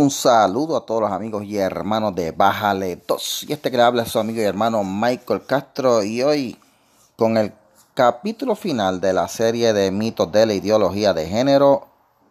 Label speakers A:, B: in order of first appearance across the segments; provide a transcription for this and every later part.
A: Un saludo a todos los amigos y hermanos de Bájale 2. Y que le habla es su amigo y hermano Michael Castro. Y hoy, con el capítulo final de la serie de mitos de la ideología de género.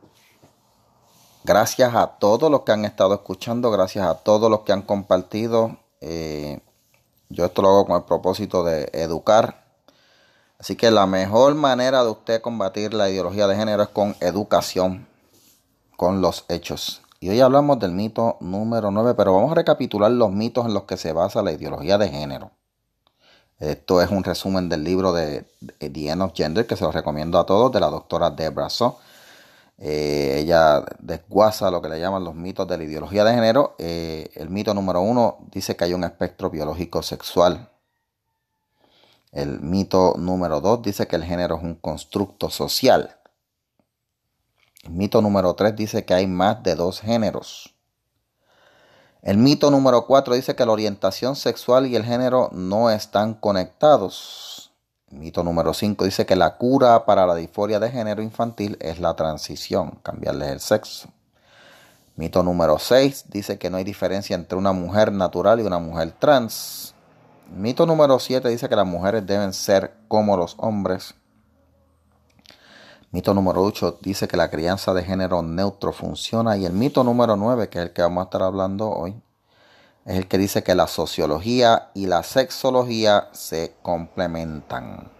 A: Gracias a todos los que han estado escuchando, gracias a todos los que han compartido. Yo esto lo hago con el propósito de educar. Así que la mejor manera de usted combatir la ideología de género es con educación, con los hechos. Y hoy hablamos del mito número 9, pero vamos a recapitular los mitos en los que se basa la ideología de género. Esto es un resumen del libro de The End of Gender, que se lo recomiendo a todos, de la doctora Debra Soh. Ella desguaza lo que le llaman los mitos de la ideología de género. El mito número 1 dice que hay un espectro biológico sexual. El mito número 2 dice que el género es un constructo social. El mito número 3 dice que hay más de 2 géneros. El mito número 4 dice que la orientación sexual y el género no están conectados. El mito número 5 dice que la cura para la disforia de género infantil es la transición, cambiarles el sexo. Mito número 6 dice que no hay diferencia entre una mujer natural y una mujer trans. Mito número 7 dice que las mujeres deben ser como los hombres. Mito número 8 dice que la crianza de género neutro funciona. Y el mito número 9, que es el que vamos a estar hablando hoy, es el que dice que la sociología y la sexología se complementan.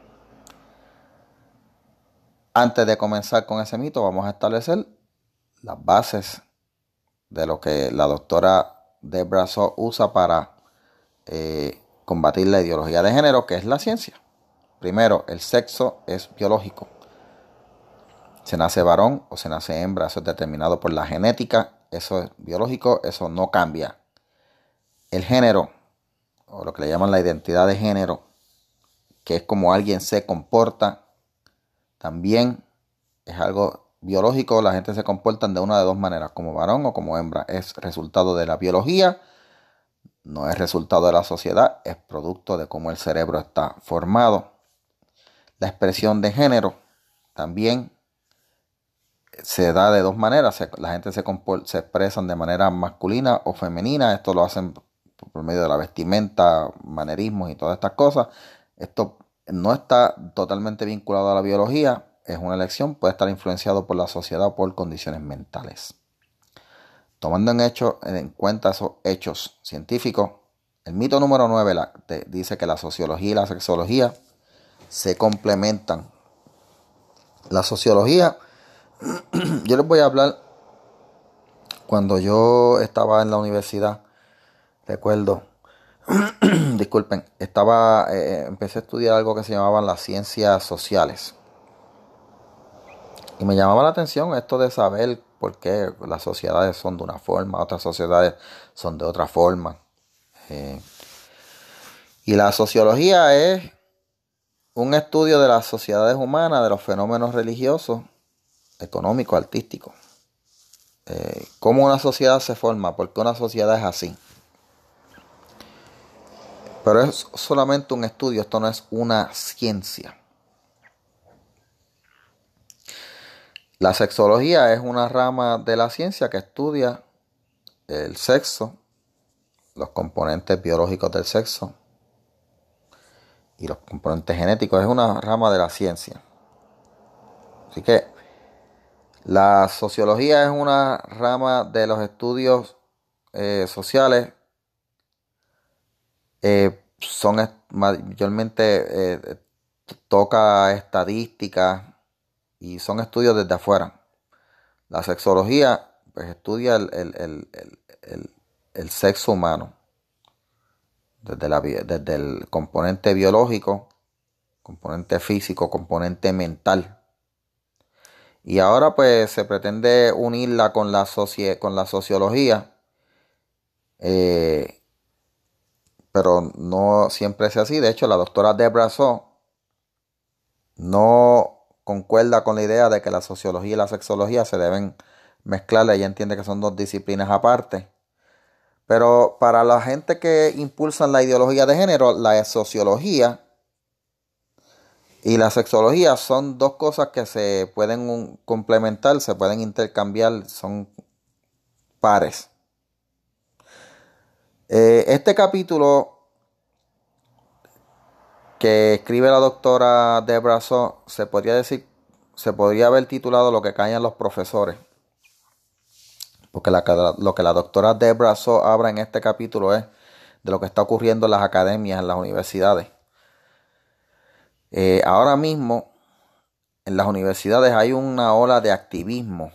A: Antes de comenzar con ese mito, vamos a establecer las bases de lo que la doctora Debra Soh usa para combatir la ideología de género, que es la ciencia. Primero, el sexo es biológico. Se nace varón o se nace hembra, eso es determinado por la genética, eso es biológico, eso no cambia. El género, o lo que le llaman la identidad de género, que es como alguien se comporta, también es algo biológico. La gente se comporta de una de dos maneras, como varón o como hembra. Es resultado de la biología, no es resultado de la sociedad, es producto de cómo el cerebro está formado. La expresión de género también se da de dos maneras. La gente se expresan de manera masculina o femenina. Esto lo hacen por medio de la vestimenta, manerismos y todas estas cosas. Esto no está totalmente vinculado a la biología. Es una elección, puede estar influenciado por la sociedad o por condiciones mentales. Tomando en cuenta esos hechos científicos, el mito número 9 dice que la sociología y la sexología se complementan. La sociología, yo les voy a hablar, cuando yo estaba en la universidad, recuerdo, disculpen, empecé a estudiar algo que se llamaban las ciencias sociales. Y me llamaba la atención esto de saber por qué las sociedades son de una forma, otras sociedades son de otra forma. Y la sociología es un estudio de las sociedades humanas, de los fenómenos religiosos, económicos, artísticos. Cómo una sociedad se forma, por qué una sociedad es así. Pero es solamente un estudio, esto no es una ciencia. La sexología es una rama de la ciencia que estudia el sexo, los componentes biológicos del sexo y los componentes genéticos. Es una rama de la ciencia. Así que la sociología es una rama de los estudios sociales. Mayormente toca estadísticas y son estudios desde afuera. La sexología pues estudia el sexo humano desde el componente biológico, componente físico, componente mental. Y ahora pues se pretende unirla con la sociología, pero no siempre es así. De hecho, la doctora Debra Soh no concuerda con la idea de que la sociología y la sexología se deben mezclar. Ella entiende que son dos disciplinas aparte. Pero para la gente que impulsan la ideología de género, la sociología y la sexología son dos cosas que se pueden complementar, se pueden intercambiar, son pares. Este capítulo que escribe la doctora Debra Soh se podría haber titulado Lo que callan los profesores. Porque lo que la doctora Debra Soh habla en este capítulo es de lo que está ocurriendo en las academias, en las universidades. Ahora mismo, en las universidades hay una ola de activismo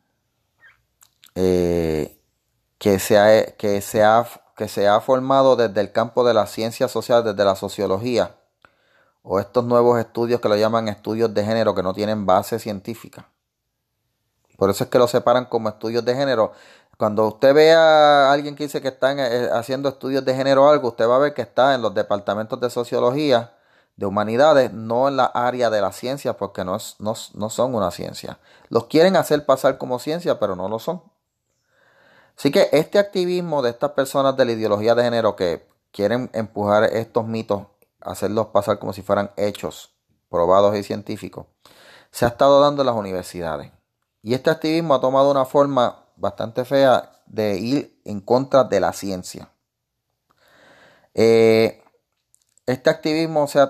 A: que se ha formado desde el campo de la ciencia social, desde la sociología, o estos nuevos estudios que lo llaman estudios de género que no tienen base científica. Por eso es que lo separan como estudios de género. Cuando usted ve a alguien que dice que están haciendo estudios de género o algo, usted va a ver que está en los departamentos de sociología, de humanidades, no en la área de la ciencia, porque no son una ciencia. Los quieren hacer pasar como ciencia, pero no lo son. Así que este activismo de estas personas de la ideología de género que quieren empujar estos mitos, hacerlos pasar como si fueran hechos probados y científicos, se ha estado dando en las universidades. Y este activismo ha tomado una forma bastante fea de ir en contra de la ciencia. Este activismo se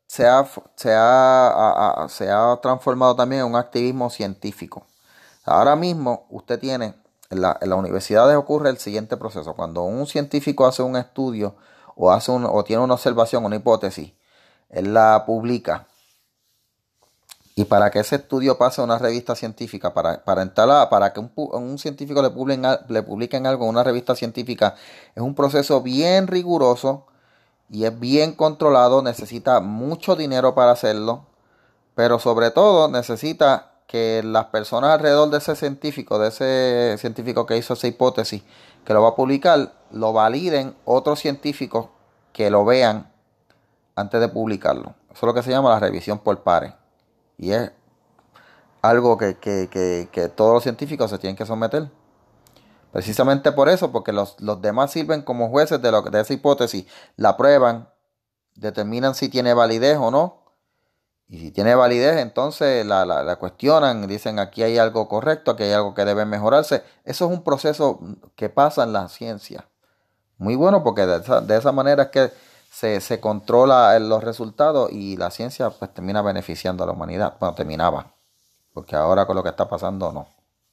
A: ha transformado también en un activismo científico. Ahora mismo usted tiene, en las universidades ocurre el siguiente proceso. Cuando un científico hace un estudio o tiene una observación, una hipótesis, él la publica. Y para que ese estudio pase a una revista científica, para que un científico le publiquen algo en una revista científica, es un proceso bien riguroso y es bien controlado, necesita mucho dinero para hacerlo, pero sobre todo necesita que las personas alrededor de ese científico que hizo esa hipótesis, que lo va a publicar, lo validen otros científicos que lo vean antes de publicarlo. Eso es lo que se llama la revisión por pares. Y es algo que todos los científicos se tienen que someter. Precisamente por eso, porque los demás sirven como jueces de esa hipótesis. La prueban, determinan si tiene validez o no. Y si tiene validez, entonces la cuestionan, dicen aquí hay algo correcto, aquí hay algo que debe mejorarse. Eso es un proceso que pasa en la ciencia. Muy bueno, porque de esa manera es que se controla los resultados y la ciencia pues termina beneficiando a la humanidad. Bueno, terminaba, porque ahora con lo que está pasando no.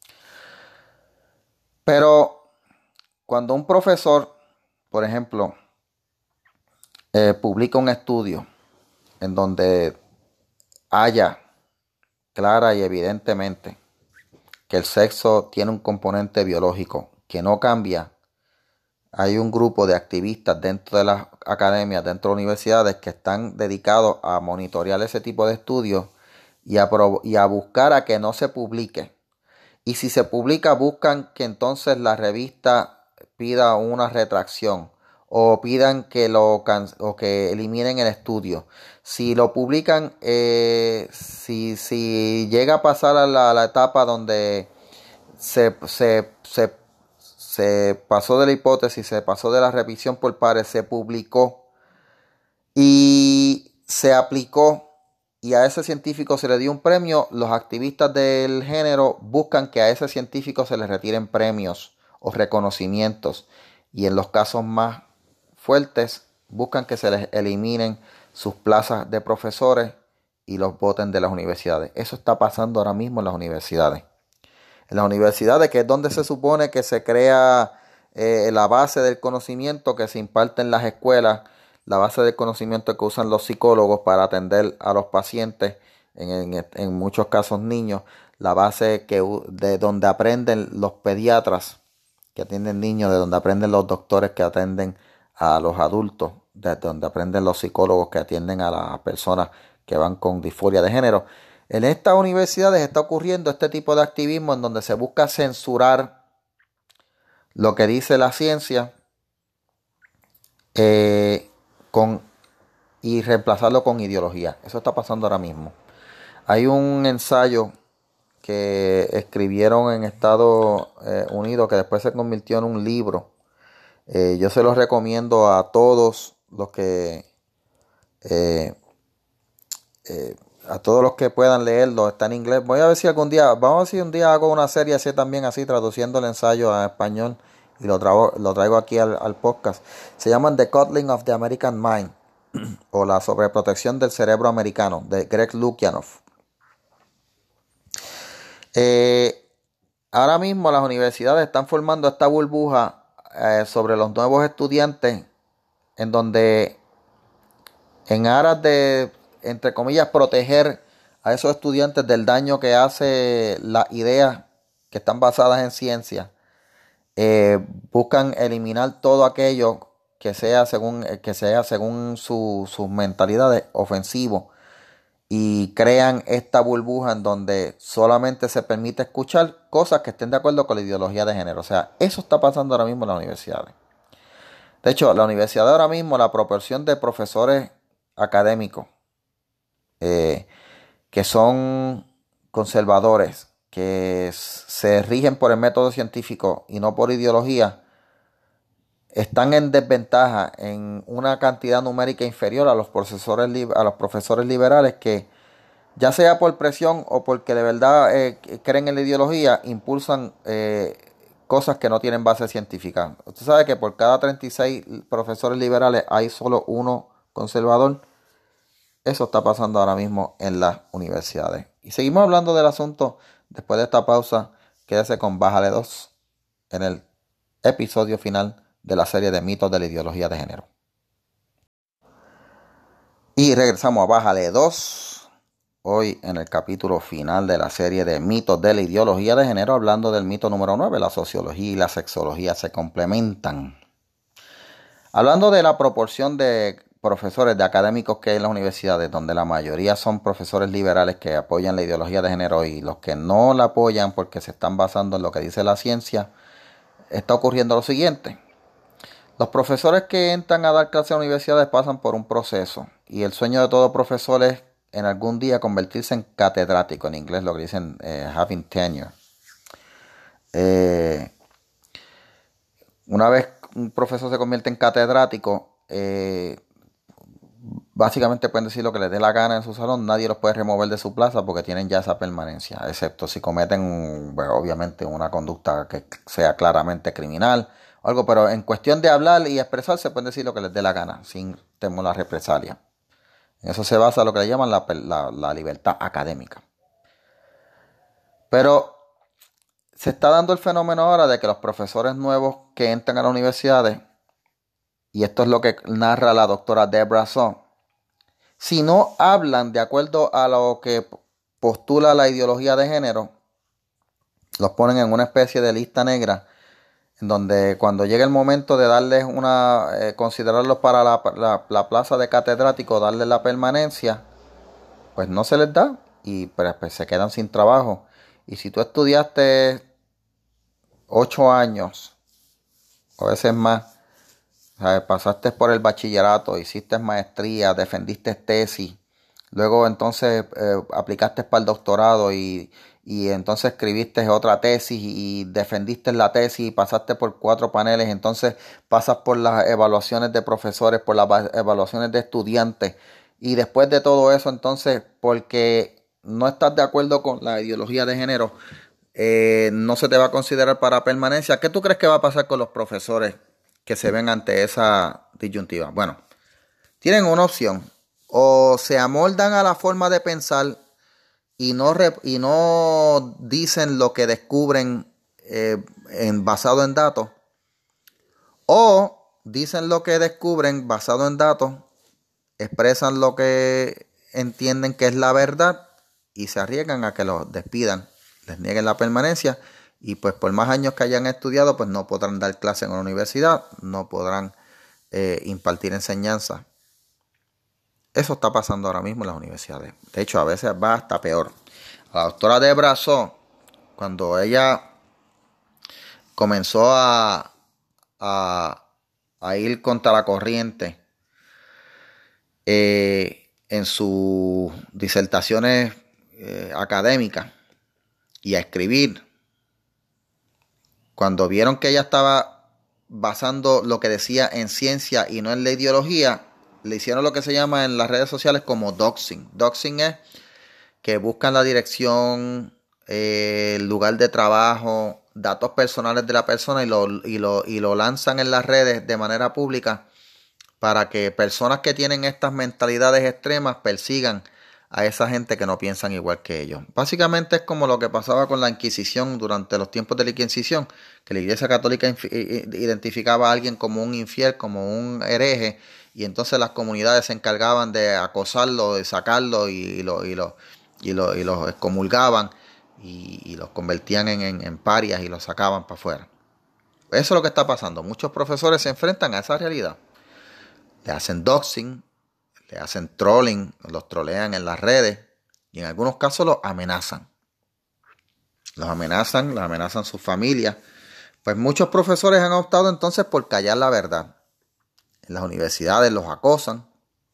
A: Pero cuando un profesor, por ejemplo, publica un estudio en donde haya clara y evidentemente que el sexo tiene un componente biológico que no cambia, hay un grupo de activistas dentro de las academias, dentro de universidades que están dedicados a monitorear ese tipo de estudios y a buscar a que no se publique. Y si se publica, buscan que entonces la revista pida una retracción o pidan o que eliminen el estudio. Si lo publican, si llega a pasar a la etapa donde se pasó de la hipótesis, se pasó de la revisión por pares, se publicó y se aplicó y a ese científico se le dio un premio, los activistas del género buscan que a ese científico se le retiren premios o reconocimientos y en los casos más fuertes buscan que se les eliminen sus plazas de profesores y los voten de las universidades. Eso está pasando ahora mismo en las universidades. En las universidades, que es donde se supone que se crea la base del conocimiento que se imparte en las escuelas, la base del conocimiento que usan los psicólogos para atender a los pacientes, en muchos casos niños, la base de donde aprenden los pediatras que atienden niños, de donde aprenden los doctores que atienden a los adultos, de donde aprenden los psicólogos que atienden a las personas que van con disforia de género. En estas universidades está ocurriendo este tipo de activismo en donde se busca censurar lo que dice la ciencia y reemplazarlo con ideología. Eso está pasando ahora mismo. Hay un ensayo que escribieron en Estados Unidos que después se convirtió en un libro. Yo se los recomiendo a todos los que a todos los que puedan leerlo, está en inglés. Voy a ver si algún día, vamos a ver si un día hago una serie así también, así traduciendo el ensayo a español y lo traigo aquí al podcast. Se llaman The Coddling of the American Mind o la sobreprotección del cerebro americano, de Greg Lukianoff. Ahora mismo las universidades están formando esta burbuja sobre los nuevos estudiantes, en donde en aras de, entre comillas, proteger a esos estudiantes del daño que hace las ideas que están basadas en ciencia, buscan eliminar todo aquello que sea según sus mentalidades ofensivo, y crean esta burbuja en donde solamente se permite escuchar cosas que estén de acuerdo con la ideología de género. O sea, eso está pasando ahora mismo en las universidades. De hecho, la universidad ahora mismo, la proporción de profesores académicos que son conservadores, que se rigen por el método científico y no por ideología, están en desventaja en una cantidad numérica inferior a los profesores liberales que, ya sea por presión o porque de verdad creen en la ideología, impulsan cosas que no tienen base científica. Usted sabe que por cada 36 profesores liberales hay solo uno conservador. Eso está pasando ahora mismo en las universidades. Y seguimos hablando del asunto después de esta pausa. Quédese con Bájale 2 en el episodio final de la serie de mitos de la ideología de género. Y regresamos a Bájale 2. Hoy en el capítulo final de la serie de mitos de la ideología de género, hablando del mito número 9, la sociología y la sexología se complementan. Hablando de la proporción de profesores, de académicos que hay en las universidades, donde la mayoría son profesores liberales que apoyan la ideología de género y los que no la apoyan porque se están basando en lo que dice la ciencia, está ocurriendo lo siguiente. Los profesores que entran a dar clases en universidades pasan por un proceso y el sueño de todo profesor es en algún día convertirse en catedrático, en inglés lo que dicen having tenure. Una vez un profesor se convierte en catedrático, básicamente pueden decir lo que les dé la gana en su salón, nadie los puede remover de su plaza porque tienen ya esa permanencia, excepto si cometen, bueno, obviamente una conducta que sea claramente criminal o algo, pero en cuestión de hablar y expresarse pueden decir lo que les dé la gana, sin temor a la represalia. En eso se basa lo que le llaman la libertad académica. Pero se está dando el fenómeno ahora de que los profesores nuevos que entran a las universidades, y esto es lo que narra la doctora Debra Soh, si no hablan de acuerdo a lo que postula la ideología de género, los ponen en una especie de lista negra, en donde cuando llegue el momento de darles considerarlos para la plaza de catedrático, darles la permanencia, pues no se les da y pues se quedan sin trabajo. Y si tú estudiaste 8 años, o a veces más, ¿sabes? Pasaste por el bachillerato, hiciste maestría, defendiste tesis, luego entonces aplicaste para el doctorado y entonces escribiste otra tesis y defendiste la tesis y pasaste por 4 paneles, entonces pasas por las evaluaciones de profesores, por las evaluaciones de estudiantes, y después de todo eso, entonces, porque no estás de acuerdo con la ideología de género, no se te va a considerar para permanencia. ¿Qué tú crees que va a pasar con los profesores que se ven ante esa disyuntiva? Bueno, tienen una opción: o se amoldan a la forma de pensar y no dicen lo que descubren basado en datos, o dicen lo que descubren basado en datos, expresan lo que entienden que es la verdad y se arriesgan a que los despidan, les nieguen la permanencia, y pues por más años que hayan estudiado, pues no podrán dar clase en una universidad, no podrán impartir enseñanza. Eso está pasando ahora mismo en las universidades. De hecho, a veces va hasta peor. La doctora Debra Soh, cuando ella comenzó a ir contra la corriente en sus disertaciones académicas y a escribir, cuando vieron que ella estaba basando lo que decía en ciencia y no en la ideología, le hicieron lo que se llama en las redes sociales como doxing. Doxing es que buscan la dirección, el lugar de trabajo, datos personales de la persona y lo lanzan en las redes de manera pública para que personas que tienen estas mentalidades extremas persigan a esa gente que no piensan igual que ellos. Básicamente es como lo que pasaba con la Inquisición durante los tiempos de la Inquisición, que la Iglesia Católica identificaba a alguien como un infiel, como un hereje, y entonces las comunidades se encargaban de acosarlo, de sacarlo y los excomulgaban y los convertían en parias y los sacaban para afuera. Eso es lo que está pasando. Muchos profesores se enfrentan a esa realidad. Le hacen doxing, le hacen trolling, los trolean en las redes y en algunos casos los amenazan. Los amenazan sus familias. Pues muchos profesores han optado entonces por callar la verdad. En las universidades los acosan.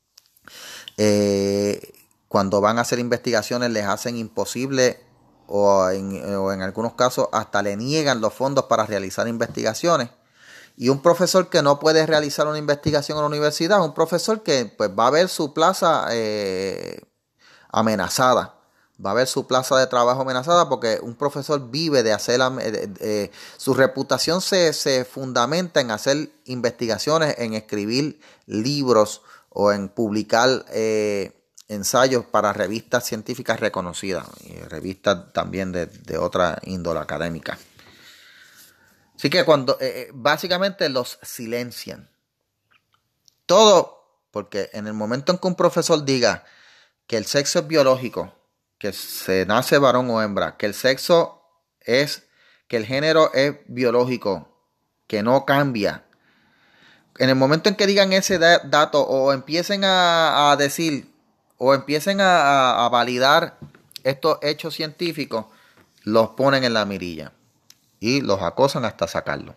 A: Cuando van a hacer investigaciones les hacen imposible o en algunos casos hasta le niegan los fondos para realizar investigaciones. Y un profesor que no puede realizar una investigación en la universidad, un profesor que pues, va a ver su plaza amenazada, va a ver su plaza de trabajo amenazada porque un profesor vive de hacer, su reputación se fundamenta en hacer investigaciones, en escribir libros o en publicar ensayos para revistas científicas reconocidas y revistas también de otra índole académica. Así que cuando básicamente los silencian. Todo porque en el momento en que un profesor diga que el sexo es biológico, que se nace varón o hembra, que el sexo es, que el género es biológico, que no cambia. En el momento en que digan ese dato o empiecen a decir o empiecen a validar estos hechos científicos, los ponen en la mirilla. Y los acosan hasta sacarlo.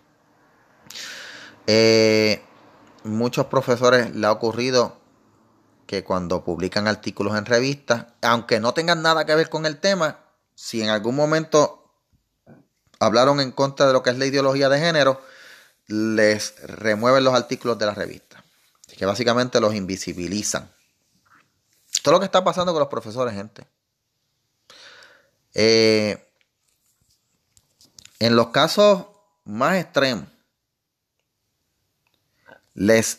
A: Muchos profesores le ha ocurrido que cuando publican artículos en revistas, aunque no tengan nada que ver con el tema, si en algún momento hablaron en contra de lo que es la ideología de género, les remueven los artículos de la revista. Así que básicamente los invisibilizan. Todo lo que está pasando con los profesores, gente. En los casos más extremos, les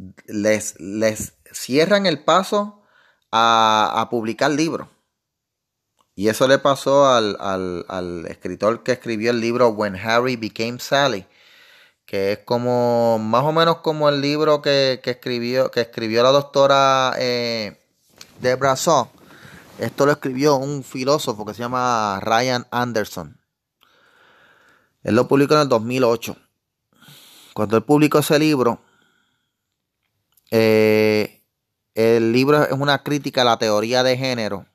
A: cierran el paso a publicar libros. Y eso le pasó al escritor que escribió el libro When Harry Became Sally, que es como más o menos como el libro que escribió la doctora Debra Shaw. Esto lo escribió un filósofo que se llama Ryan Anderson. Él lo publicó en el 2008. Cuando él publicó ese libro, el libro es una crítica a la teoría de género.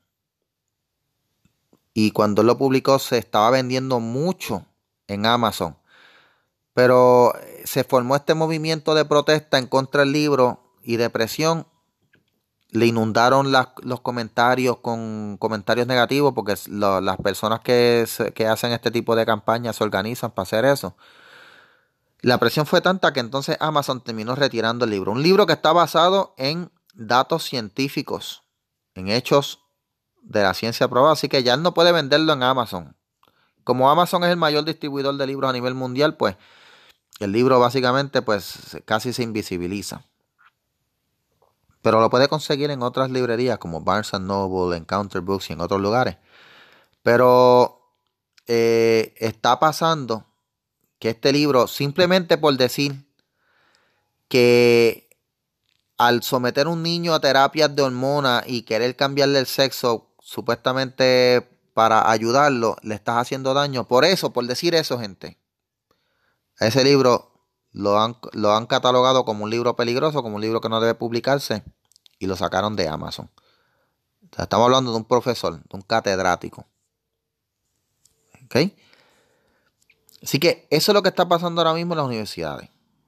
A: Y cuando él lo publicó se estaba vendiendo mucho en Amazon. Pero se formó este movimiento de protesta en contra del libro y de presión. Le inundaron los comentarios con comentarios negativos porque las personas que hacen este tipo de campañas se organizan para hacer eso. La presión fue tanta que entonces Amazon terminó retirando el libro. Un libro que está basado en datos científicos, en hechos de la ciencia probada. Así que ya él no puede venderlo en Amazon. Como Amazon es el mayor distribuidor de libros a nivel mundial, pues el libro básicamente pues casi se invisibiliza. Pero lo puede conseguir en otras librerías como Barnes & Noble, Encounter Books y en otros lugares. Pero está pasando que este libro, simplemente por decir que al someter a un niño a terapias de hormonas y querer cambiarle el sexo, supuestamente para ayudarlo, le estás haciendo daño. Por eso, por decir eso, gente, ese libro lo han catalogado como un libro peligroso, como un libro que no debe publicarse, y lo sacaron de Amazon. O sea, estamos hablando de un profesor, de un catedrático. ¿Ok? Así que eso es lo que está pasando ahora mismo en las universidades.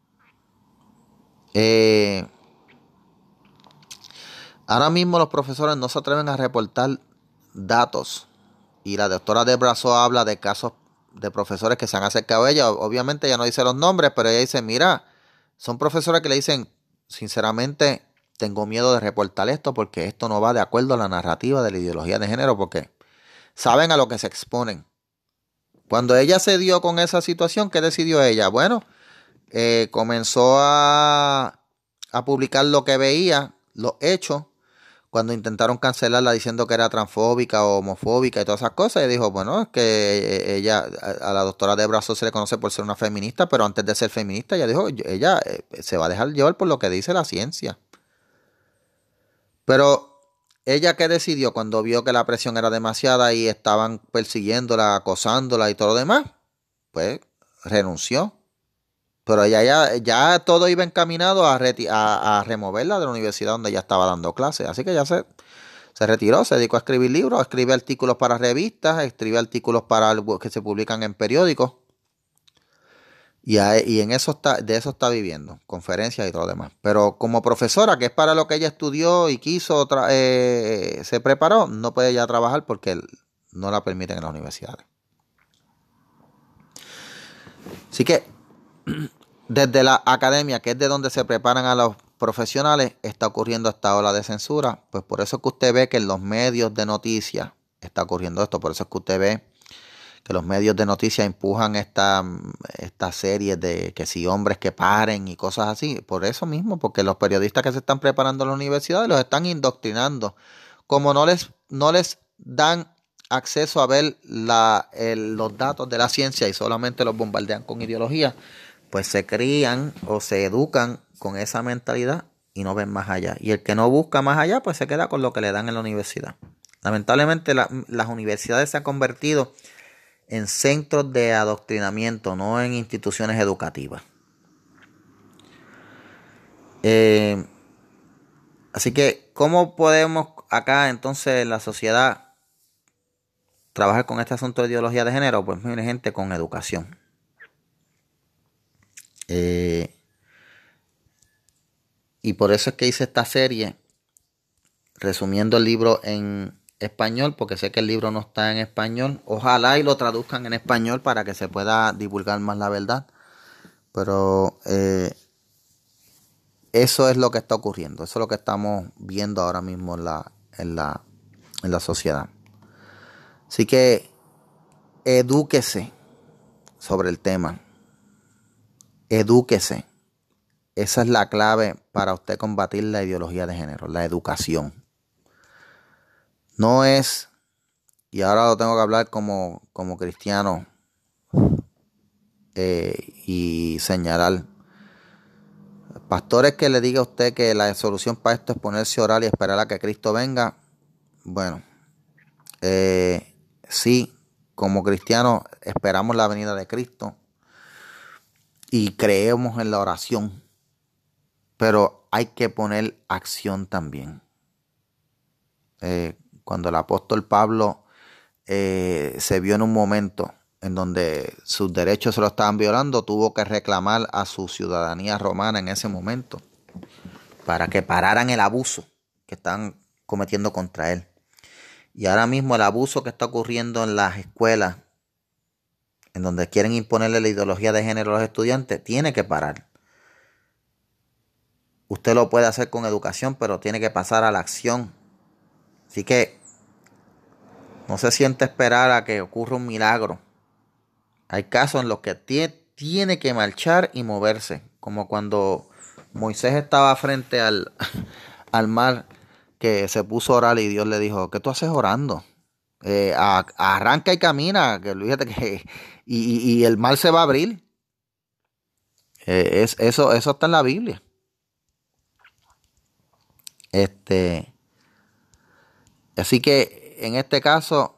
A: Ahora mismo los profesores no se atreven a reportar datos. Y la doctora Debra Shaw habla de casos de profesores que se han acercado a ella. Obviamente ella no dice los nombres, pero ella dice, mira, son profesores que le dicen, sinceramente, tengo miedo de reportar esto porque esto no va de acuerdo a la narrativa de la ideología de género, porque saben a lo que se exponen. Cuando ella se dio con esa situación, ¿qué decidió ella? Bueno, comenzó a publicar lo que veía, los hechos, cuando intentaron cancelarla diciendo que era transfóbica o homofóbica y todas esas cosas. Y dijo, bueno, es que ella, a la doctora Debra Soh se le conoce por ser una feminista, pero antes de ser feminista, ella dijo, ella se va a dejar llevar por lo que dice la ciencia. Pero ella, ¿qué decidió cuando vio que la presión era demasiada y estaban persiguiéndola, acosándola y todo lo demás? Pues renunció. Pero ya todo iba encaminado a removerla de la universidad donde ella estaba dando clases. Así que ya se retiró, se dedicó a escribir libros, a escribir artículos para revistas, escribe artículos que se publican en periódicos. Y en eso de eso está viviendo, conferencias y todo lo demás. Pero como profesora, que es para lo que ella estudió y quiso, se preparó, no puede ya trabajar porque no la permiten en las universidades. Así que desde la academia, que es de donde se preparan a los profesionales, está ocurriendo esta ola de censura. Pues por eso es que usted ve que en los medios de noticias está ocurriendo esto. Por eso es que usted ve que los medios de noticias empujan esta serie de que si hombres que paren y cosas así. Por eso mismo, porque los periodistas que se están preparando en la universidad los están indoctrinando. Como no les dan acceso a ver los datos de la ciencia y solamente los bombardean con ideología, pues se crían o se educan con esa mentalidad y no ven más allá. Y el que no busca más allá, pues se queda con lo que le dan en la universidad. Lamentablemente las universidades se han convertido en centros de adoctrinamiento, no en instituciones educativas. Así que, ¿cómo podemos acá entonces en la sociedad trabajar con este asunto de ideología de género? Pues mire, gente, con educación. Y por eso es que hice esta serie resumiendo el libro en español, porque sé que el libro no está en español. Ojalá y lo traduzcan en español para que se pueda divulgar más la verdad. Pero eso es lo que está ocurriendo. Eso es lo que estamos viendo ahora mismo en la sociedad. Así que edúquese sobre el tema. Edúquese. Esa es la clave para usted combatir la ideología de género, la educación. No es, y ahora lo tengo que hablar como cristiano y señalar, pastores, que le diga a usted que la solución para esto es ponerse a orar y esperar a que Cristo venga. Bueno, sí, como cristianos esperamos la venida de Cristo y creemos en la oración, pero hay que poner acción también. Cuando el apóstol Pablo se vio en un momento en donde sus derechos se lo estaban violando, tuvo que reclamar a su ciudadanía romana en ese momento para que pararan el abuso que están cometiendo contra él. Y ahora mismo el abuso que está ocurriendo en las escuelas, en donde quieren imponerle la ideología de género a los estudiantes, tiene que parar. Usted lo puede hacer con educación, pero tiene que pasar a la acción. Así que no se siente esperar a que ocurra un milagro. Hay casos en los que tiene que marchar y moverse, como cuando Moisés estaba frente al mar, que se puso a orar y Dios le dijo, ¿qué tú haces orando? Arranca y camina, que fíjate que y el mar se va a abrir. Eso está en la Biblia. Así que en este caso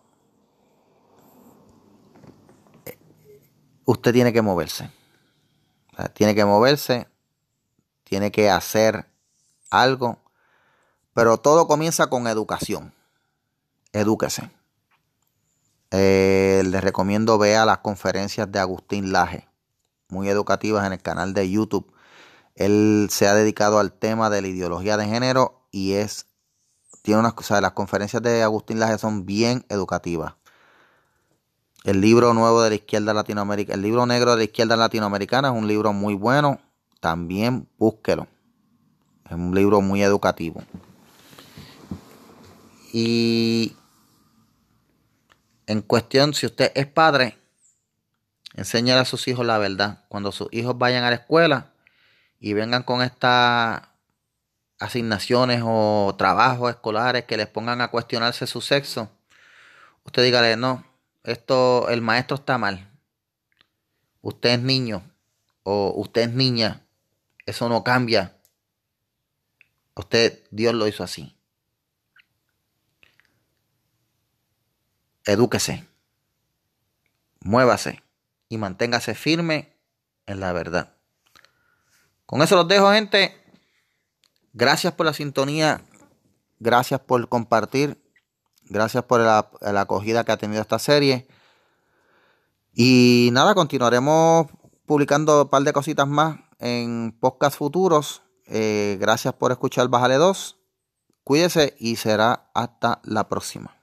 A: usted tiene que moverse. O sea, tiene que moverse, tiene que hacer algo, pero todo comienza con educación. Edúquese. Les recomiendo vea las conferencias de Agustín Laje, muy educativas en el canal de YouTube. Él se ha dedicado al tema de la ideología de género y tiene unas cosas. Las conferencias de Agustín Laje son bien educativas. El libro nuevo de la izquierda latinoamericana, el libro negro de la izquierda latinoamericana es un libro muy bueno. También búsquelo. Es un libro muy educativo. Y en cuestión, si usted es padre, enséñale a sus hijos la verdad. Cuando sus hijos vayan a la escuela y vengan con estas asignaciones o trabajos escolares que les pongan a cuestionarse su sexo, usted dígale, no, el maestro está mal. Usted es niño o usted es niña. Eso no cambia. Dios lo hizo así. Edúquese, muévase y manténgase firme en la verdad. Con eso los dejo, gente. Gracias por la sintonía. Gracias por compartir. Gracias por la acogida que ha tenido esta serie. Y nada, continuaremos publicando un par de cositas más en podcasts futuros. Gracias por escuchar Bájale 2. Cuídese y será hasta la próxima.